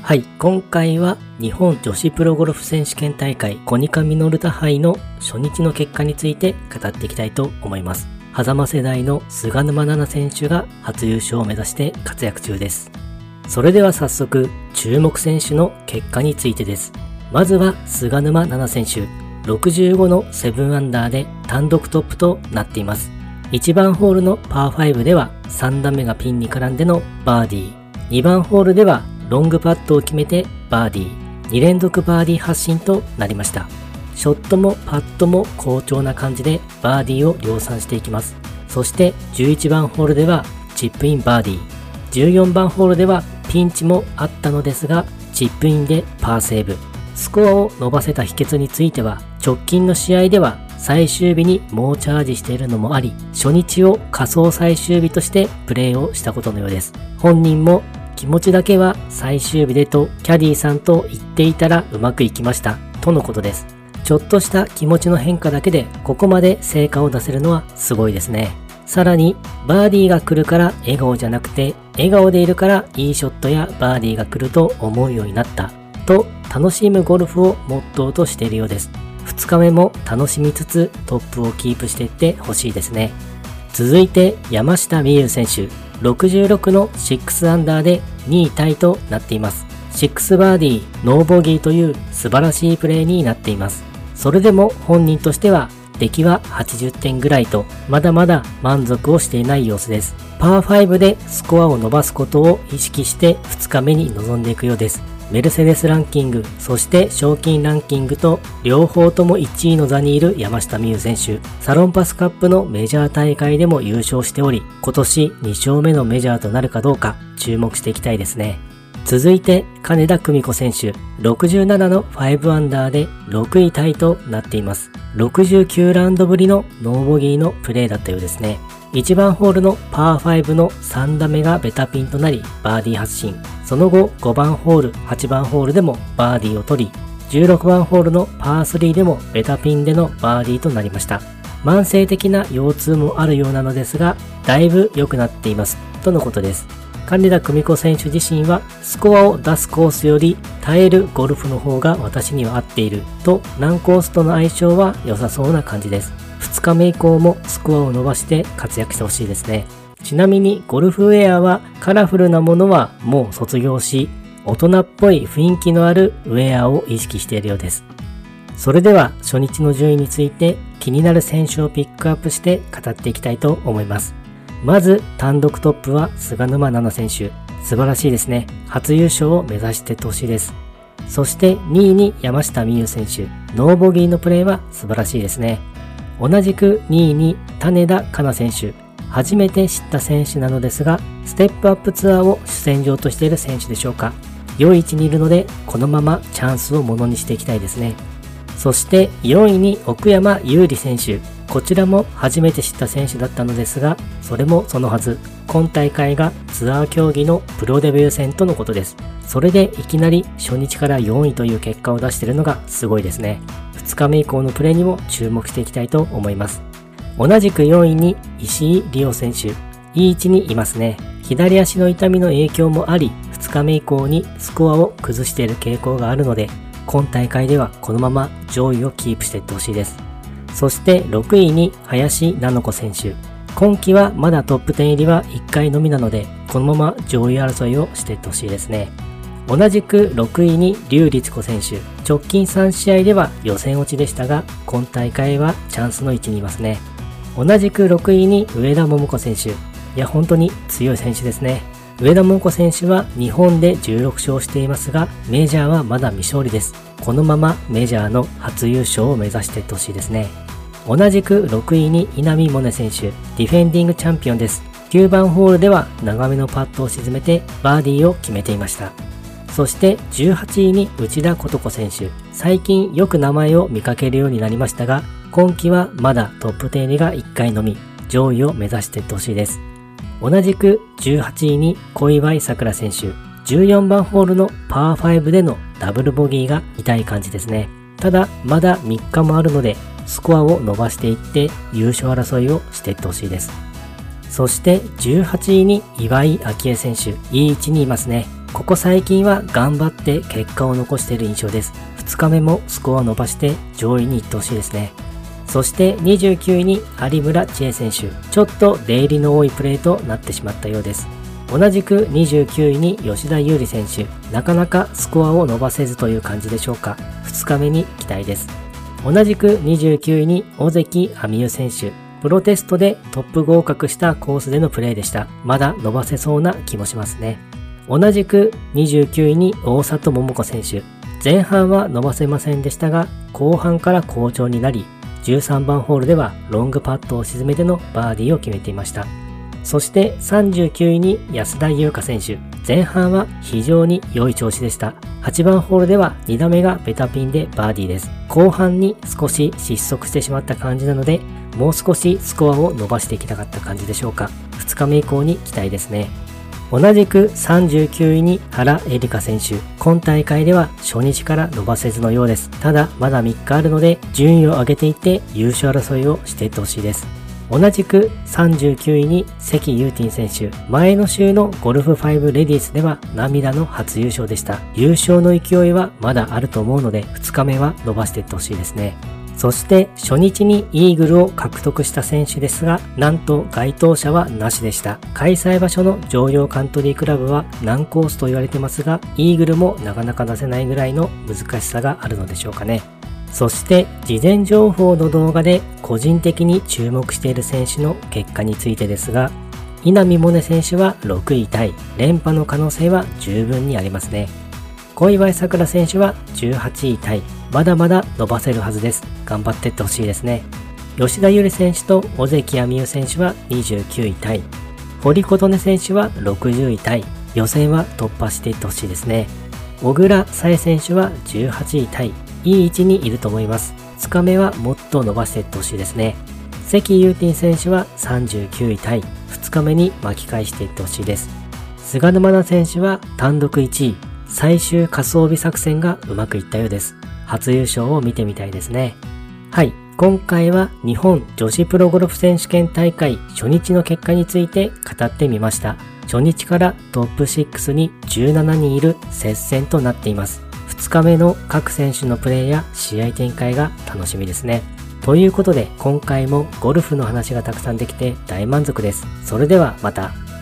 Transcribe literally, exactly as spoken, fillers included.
はい、今回は日本女子プロゴルフ選手権大会コニカミノルタ杯の初日の結果について語っていきたいと思います。狭間世代の菅沼菜々選手が初優勝を目指して活躍中です。それでは早速、注目選手の結果についてです。まずは菅沼菜々選手、ろくじゅうごのななアンダーで単独トップとなっています。いちばんホールのパーごではさん打目がピンに絡んでのバーディー、にばんホールではロングパットを決めてバーディー、に連続バーディー発進となりました。ショットもパットも好調な感じでバーディーを量産していきます。そしてじゅういちばんホールではチップインバーディー、じゅうよんばんホールではピンチもあったのですがチップインでパーセーブ。スコアを伸ばせた秘訣については直近の試合では最終日に猛チャージしているのもあり、初日を仮想最終日としてプレーをしたことのようです。本人も気持ちだけは最終日でとキャディーさんと言っていたらうまくいきましたとのことです。ちょっとした気持ちの変化だけでここまで成果を出せるのはすごいですね。さらにバーディーが来るから笑顔じゃなくて笑顔でいるからいいショットやバーディーが来ると思うようになったと楽しむゴルフをモットーとしているようです。ふつかめも楽しみつつトップをキープしていってほしいですね。続いて山下美夢有選手、ろくじゅうろくのろくアンダーでにいタイとなっています。ろくバーディー、ノーボギーという素晴らしいプレーになっています。それでも本人としては出来ははちじゅってんぐらいとまだまだ満足をしていない様子です。パーごでスコアを伸ばすことを意識してふつかめに臨んでいくようです。メルセデスランキング、そして賞金ランキングと両方ともいちいの座にいる山下美夢有選手、サロンパスカップのメジャー大会でも優勝しており、今年に勝目のメジャーとなるかどうか注目していきたいですね。続いて金田久美子選手、ろくじゅうななのごアンダーでろくいタイとなっています。ろくじゅうきゅうラウンドぶりのノーボギーのプレーだったようですね。いちばんホールのパーごのさん打目がベタピンとなりバーディー発進。その後ごばんホール、はちばんホールでもバーディーを取り、じゅうろくばんホールのパースリーでもベタピンでのバーディーとなりました。慢性的な腰痛もあるようなのですが、だいぶ良くなっていますとのことです。金田久美子選手自身はスコアを出すコースより耐えるゴルフの方が私には合っていると難コースとの相性は良さそうな感じです。ふつかめ以降もスコアを伸ばして活躍してほしいですね。ちなみにゴルフウェアはカラフルなものはもう卒業し、大人っぽい雰囲気のあるウェアを意識しているようです。それでは初日の順位について気になる選手をピックアップして語っていきたいと思います。まず単独トップは菅沼菜々選手、素晴らしいですね。初優勝を目指していってほしいです。そしてにいに山下美夢有選手、ノーボギーのプレーは素晴らしいですね。同じくにいに種田香奈選手、初めて知った選手なのですが、ステップアップツアーを主戦場としている選手でしょうか。良い位置にいるので、このままチャンスをものにしていきたいですね。そしてよんいに奥山優里選手、こちらも初めて知った選手だったのですが、それもそのはず、今大会がツアー競技のプロデビュー戦とのことです。それでいきなり初日からよんいという結果を出しているのがすごいですね。ふつかめ以降のプレーにも注目していきたいと思います。同じくよんいに石井理央選手、いい位置にいますね。左足の痛みの影響もあり、ふつかめ以降にスコアを崩している傾向があるので、今大会ではこのまま上位をキープしていってほしいです。そしてろくいに林菜乃子選手、今季はまだトップじゅう入りはいっかいのみなので、このまま上位争いをしていってほしいですね。同じくろくいに笠律子選手、直近さん試合では予選落ちでしたが、今大会はチャンスの位置にいますね。同じくろくいに上田桃子選手、いや本当に強い選手ですね。上田桃子選手は日本でじゅうろく勝していますが、メジャーはまだ未勝利です。このままメジャーの初優勝を目指していってほしいですね。同じくろくいに稲見萌寧選手、ディフェンディングチャンピオンです。きゅうばんホールでは長めのパットを沈めてバーディーを決めていました。そしてじゅうはちいに内田琴子選手、最近よく名前を見かけるようになりましたが、今季はまだトップじゅう入りがいっかいのみ、上位を目指していってほしいです。同じくじゅうはちいに小祝さくら選手、じゅうよんばんホールのパーごでのダブルボギーが痛い感じですね。ただまだみっかもあるので、スコアを伸ばしていって優勝争いをしていってほしいです。そしてじゅうはちいに岩井明愛選手、いい位置にいますね。 ここ最近は頑張って結果を残している印象です。ふつかめもスコアを伸ばして上位に行ってほしいですね。そしてにじゅうきゅういに有村智恵選手。ちょっと出入りの多いプレーとなってしまったようです。同じくにじゅうきゅういに吉田優利選手。なかなかスコアを伸ばせずという感じでしょうか。ふつかめに期待です。同じくにじゅうきゅういに尾関亜美優選手。プロテストでトップ合格したコースでのプレーでした。まだ伸ばせそうな気もしますね。同じくにじゅうきゅういに大里桃子選手。前半は伸ばせませんでしたが、後半から好調になり、じゅうさんばんホールではロングパットを沈めてのバーディーを決めていました。そしてさんじゅうきゅういに安田優花選手。前半は非常に良い調子でした。はちばんホールではに打目がベタピンでバーディーです。後半に少し失速してしまった感じなので、もう少しスコアを伸ばしていきたかった感じでしょうか。ふつかめ以降に期待ですね。同じくさんじゅうきゅういに原恵梨香選手。今大会では初日から伸ばせずのようです。ただまだみっかあるので順位を上げていって優勝争いをしていってほしいです。同じくさんじゅうきゅういに関ユーティン選手。前の週のゴルフファイブレディースでは涙の初優勝でした。優勝の勢いはまだあると思うのでふつかめは伸ばしていってほしいですね。そして初日にイーグルを獲得した選手ですが、なんと該当者はなしでした。開催場所の城陽カントリークラブは難コースと言われてますが、イーグルもなかなか出せないぐらいの難しさがあるのでしょうかね。そして事前情報の動画で個人的に注目している選手の結果についてですが、稲見萌寧選手はろくいタイ、連覇の可能性は十分にありますね。小祝さくら選手はじゅうはちいタイ、まだまだ伸ばせるはずです。頑張っていってほしいですね。吉田優利選手と尾関亜美優選手はにじゅうきゅういタイ、堀琴音選手はろくじゅういタイ、予選は突破していってほしいですね。小倉紗恵選手はじゅうはちいタイ、いい位置にいると思います。ふつかめはもっと伸ばしていってほしいですね。関ユーティン選手はさんじゅうきゅういタイ、ふつかめに巻き返していってほしいです。菅沼菜選手は単独いちい、最終仮想日作戦がうまくいったようです。初優勝を見てみたいですね。はい、今回は日本女子プロゴルフ選手権大会初日の結果について語ってみました。初日からトップろくにじゅうななにんいる接戦となっています。ふつかめの各選手のプレーや試合展開が楽しみですね。ということで今回もゴルフの話がたくさんできて大満足です。それではまた。